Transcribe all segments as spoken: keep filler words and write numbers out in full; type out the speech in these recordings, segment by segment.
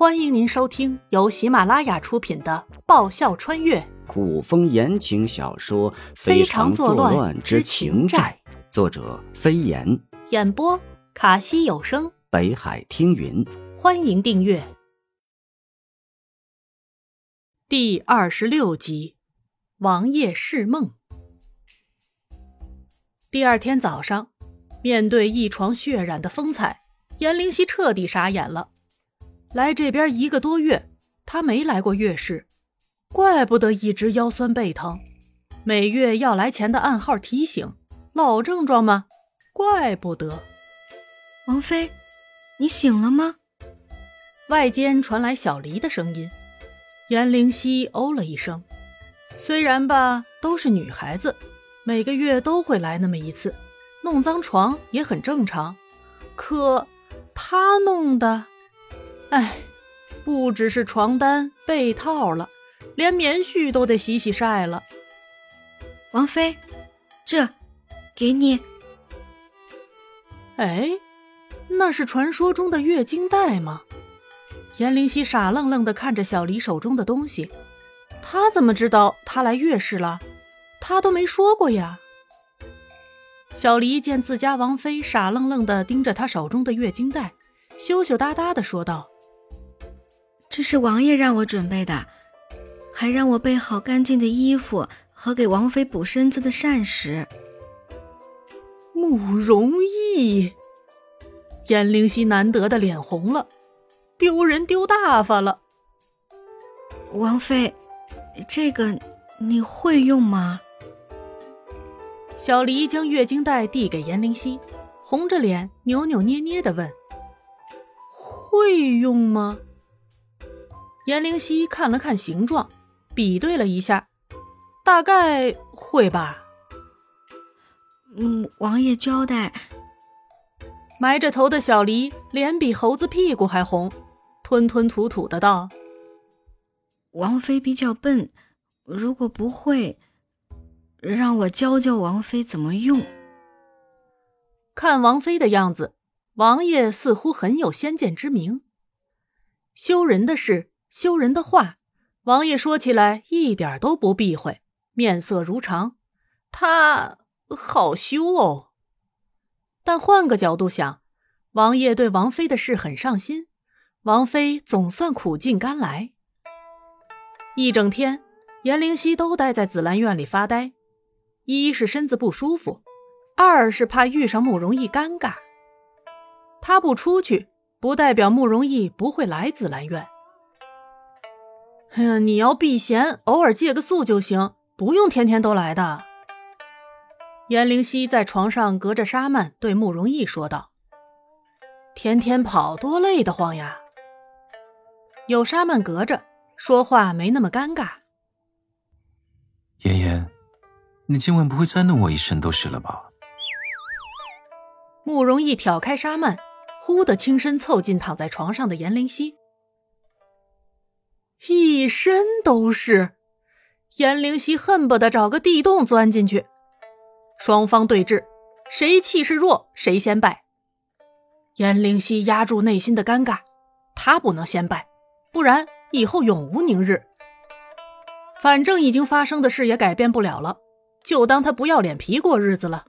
欢迎您收听由喜马拉雅出品的《爆笑穿越古风言情小说《非常作乱之情债》，作者飞檐， 演播卡西有声， 北海听云。 欢迎订阅。第二十六集，王爷释梦。第二天早上，面对一床血染的风采，颜灵犀彻底傻眼了。来这边一个多月，他没来过月事，怪不得一直腰酸背疼。每月要来前的暗号提醒，老症状吗？怪不得。 王妃，你醒了吗？ 外间传来小黎的声音。颜灵犀哦了一声，虽然吧，都是女孩子，每个月都会来那么一次，弄脏床也很正常。可她弄的，哎，不只是床单被套了，连棉絮都得洗洗晒了。 王妃，这给你。 哎，那是传说中的月经带吗？颜灵犀傻愣愣地看着小黎手中的东西，他怎么知道他来月事了？他都没说过呀。小黎见自家王妃傻愣愣地盯着他手中的月经带，羞羞答答地说道： 这是王爷让我准备的，还让我备好干净的衣服和给王妃补身子的膳食。 慕容逸，颜灵犀难得的脸红了，丢人丢大发了。 王妃，这个你会用吗？ 小黎将月经带递给颜灵犀，红着脸扭扭捏捏地问：会用吗？颜灵犀看了看形状，比对了一下，大概会吧。 嗯，王爷交代。 埋着头的小黎脸比猴子屁股还红，吞吞吐吐的道： 王妃比较笨，如果不会，让我教教王妃怎么用。 看王妃的样子，王爷似乎很有先见之明。羞人的事，羞人的话，王爷说起来一点都不避讳，面色如常。他好羞哦。但换个角度想，王爷对王妃的事很上心，王妃总算苦尽甘来。一整天，颜灵犀都待在紫兰院里发呆，一是身子不舒服，二是怕遇上慕容逸尴尬。他不出去，不代表慕容逸不会来紫兰院。哎呀，你要避嫌，偶尔借个宿就行，不用天天都来的。颜灵犀在床上隔着纱幔对慕容逸说道：天天跑多累得慌呀。有纱幔隔着，说话没那么尴尬。 妍妍，你今晚不会再弄我一身都是了吧？ 慕容逸挑开纱幔，忽地轻身凑近躺在床上的颜灵犀。一身都是，颜灵犀恨不得找个地洞钻进去。双方对峙，谁气势弱谁先败。颜灵犀压住内心的尴尬，他不能先败，不然以后永无宁日。反正已经发生的事也改变不了了，就当他不要脸皮过日子了。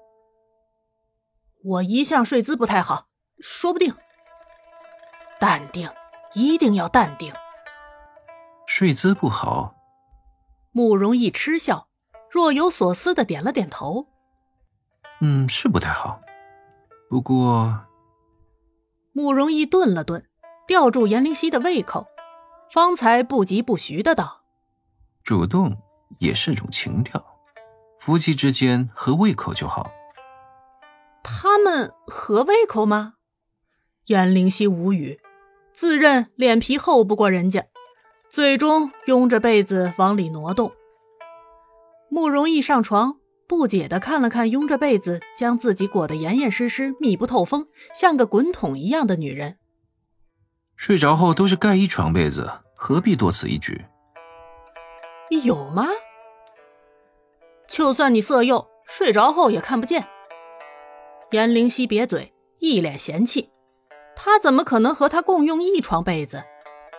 我一向睡姿不太好，说不定。淡定，一定要淡定。 睡姿不好？ 慕容逸嗤笑，若有所思地点了点头。 嗯，是不太好。不过…… 慕容逸顿了顿，吊住颜灵犀的胃口，方才不疾不徐地道： 主动也是种情调，夫妻之间合胃口就好。 他们合胃口吗？颜灵犀无语，自认脸皮厚不过人家，最终拥着被子往里挪动。慕容逸上床，不解地看了看拥着被子将自己裹得严严实实密不透风，像个滚筒一样的女人。 睡着后都是盖一床被子，何必多此一举？ 有吗？就算你色诱，睡着后也看不见。颜灵犀瘪嘴，一脸嫌弃，他怎么可能和他共用一床被子？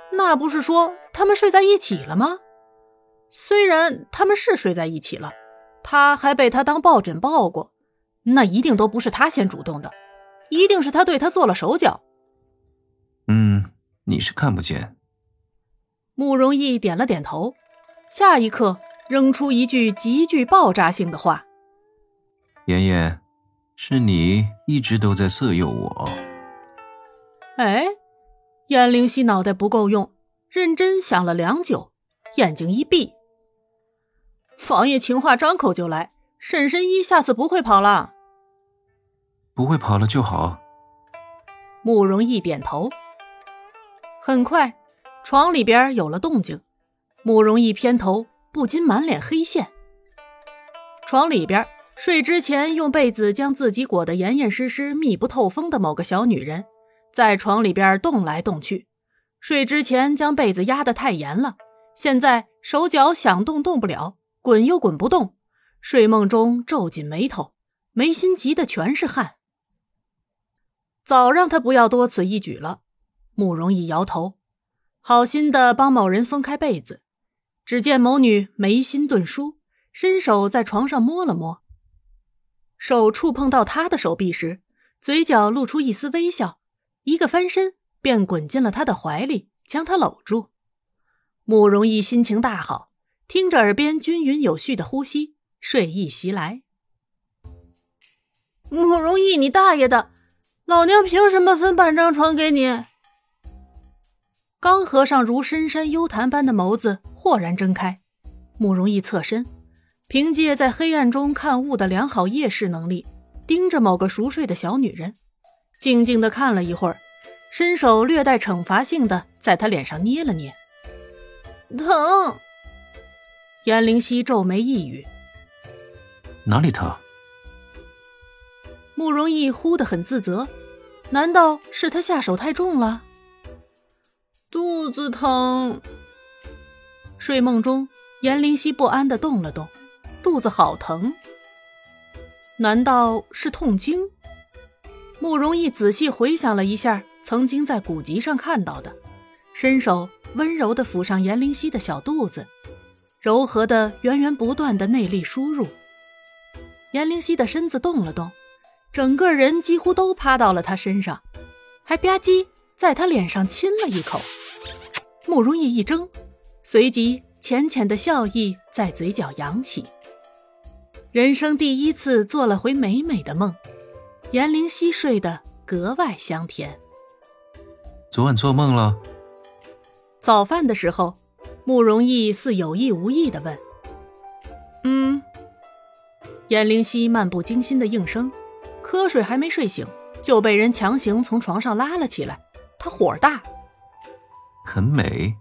那不是说他们睡在一起了吗？虽然他们是睡在一起了，他还被他当抱枕抱过，那一定都不是他先主动的，一定是他对他做了手脚。 嗯，你是看不见。 慕容易点了点头，下一刻扔出一句极具爆炸性的话： 妍妍，是你一直都在色诱我。 哎，颜灵犀脑袋不够用，认真想了良久，眼睛一闭。王爷情话张口就来，沈神医下次不会跑了。 不会跑了就好。 慕容易点头。很快床里边有了动静，慕容易偏头不禁满脸黑线。床里边睡之前用被子将自己裹得严严实实密不透风的某个小女人在床里边动来动去，睡之前将被子压得太严了，现在手脚想动动不了，滚又滚不动，睡梦中皱紧眉头，眉心急的全是汗。早让他不要多此一举了。慕容易摇头，好心的帮某人松开被子，只见某女眉心顿舒，伸手在床上摸了摸，手触碰到他的手臂时，嘴角露出一丝微笑，一个翻身便滚进了他的怀里，将他搂住。慕容易心情大好，听着耳边均匀有序的呼吸，睡意袭来。慕容易，你大爷的，老娘凭什么分半张床给你？刚合上如深山幽潭般的眸子豁然睁开，慕容易侧身，凭借在黑暗中看物的良好夜视能力，盯着某个熟睡的小女人，静静地看了一会儿，伸手略带惩罚性的在她脸上捏了捏。疼！颜灵犀皱眉一语。 哪里疼？ 慕容易忽得很自责，难道是他下手太重了？肚子疼。睡梦中，颜灵犀不安地动了动，肚子好疼。难道是痛经？慕容易仔细回想了一下曾经在古籍上看到的，伸手温柔地抚上颜灵犀的小肚子，柔和的源源不断的内力输入。颜灵犀的身子动了动，整个人几乎都趴到了他身上，还吧唧在他脸上亲了一口。慕容易一怔，随即浅浅的笑意在嘴角扬起。人生第一次做了回美美的梦，颜灵犀睡得格外香甜。 昨晚做梦了？ 早饭的时候，慕容易似有意无意地问。嗯。颜灵犀漫不经心的应声，瞌睡还没睡醒，就被人强行从床上拉了起来，他火大。 很美。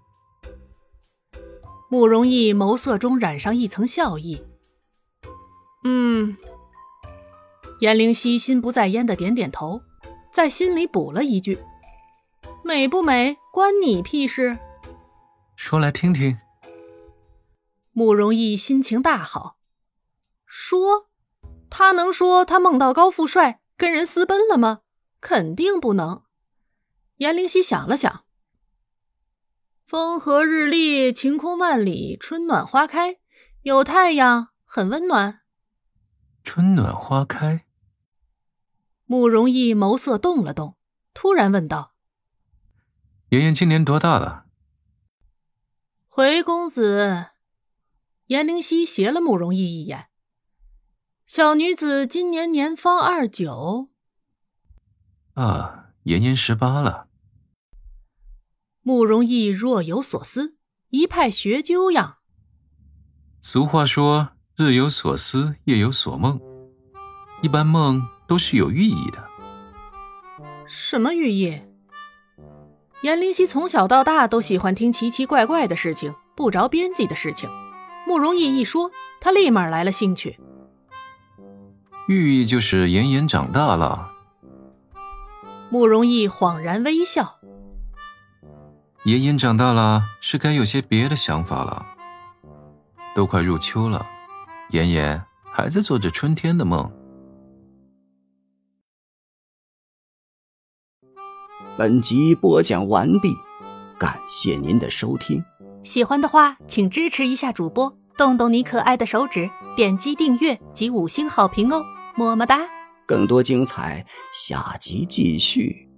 慕容易眸色中染上一层笑意。嗯。颜灵犀心不在焉的点点头，在心里补了一句：美不美关你屁事。 说来听听。 慕容易心情大好。说？他能说他梦到高富帅跟人私奔了吗？肯定不能。颜灵犀想了想，风和日丽，晴空万里，春暖花开，有太阳，很温暖。 春暖花开。 慕容易眸色动了动，突然问道： 妍妍今年多大了？ 回公子。颜灵犀斜了慕容易一眼。小女子今年年方二九。 啊，妍妍十八了。 慕容易若有所思，一派学究样。 俗话说，日有所思，夜有所梦。一般梦都是有寓意的。 什么寓意？颜灵犀从小到大都喜欢听奇奇怪怪的事情，不着边际的事情。慕容易一说，他立马来了兴趣。 寓意就是妍妍长大了。 慕容易恍然微笑。 妍妍长大了，是该有些别的想法了。都快入秋了，妍妍还在做着春天的梦。 本集播讲完毕， 感谢您的收听。 喜欢的话，请支持一下主播，动动你可爱的手指，点击订阅及五星好评哦，么么哒！ 更多精彩，下集继续。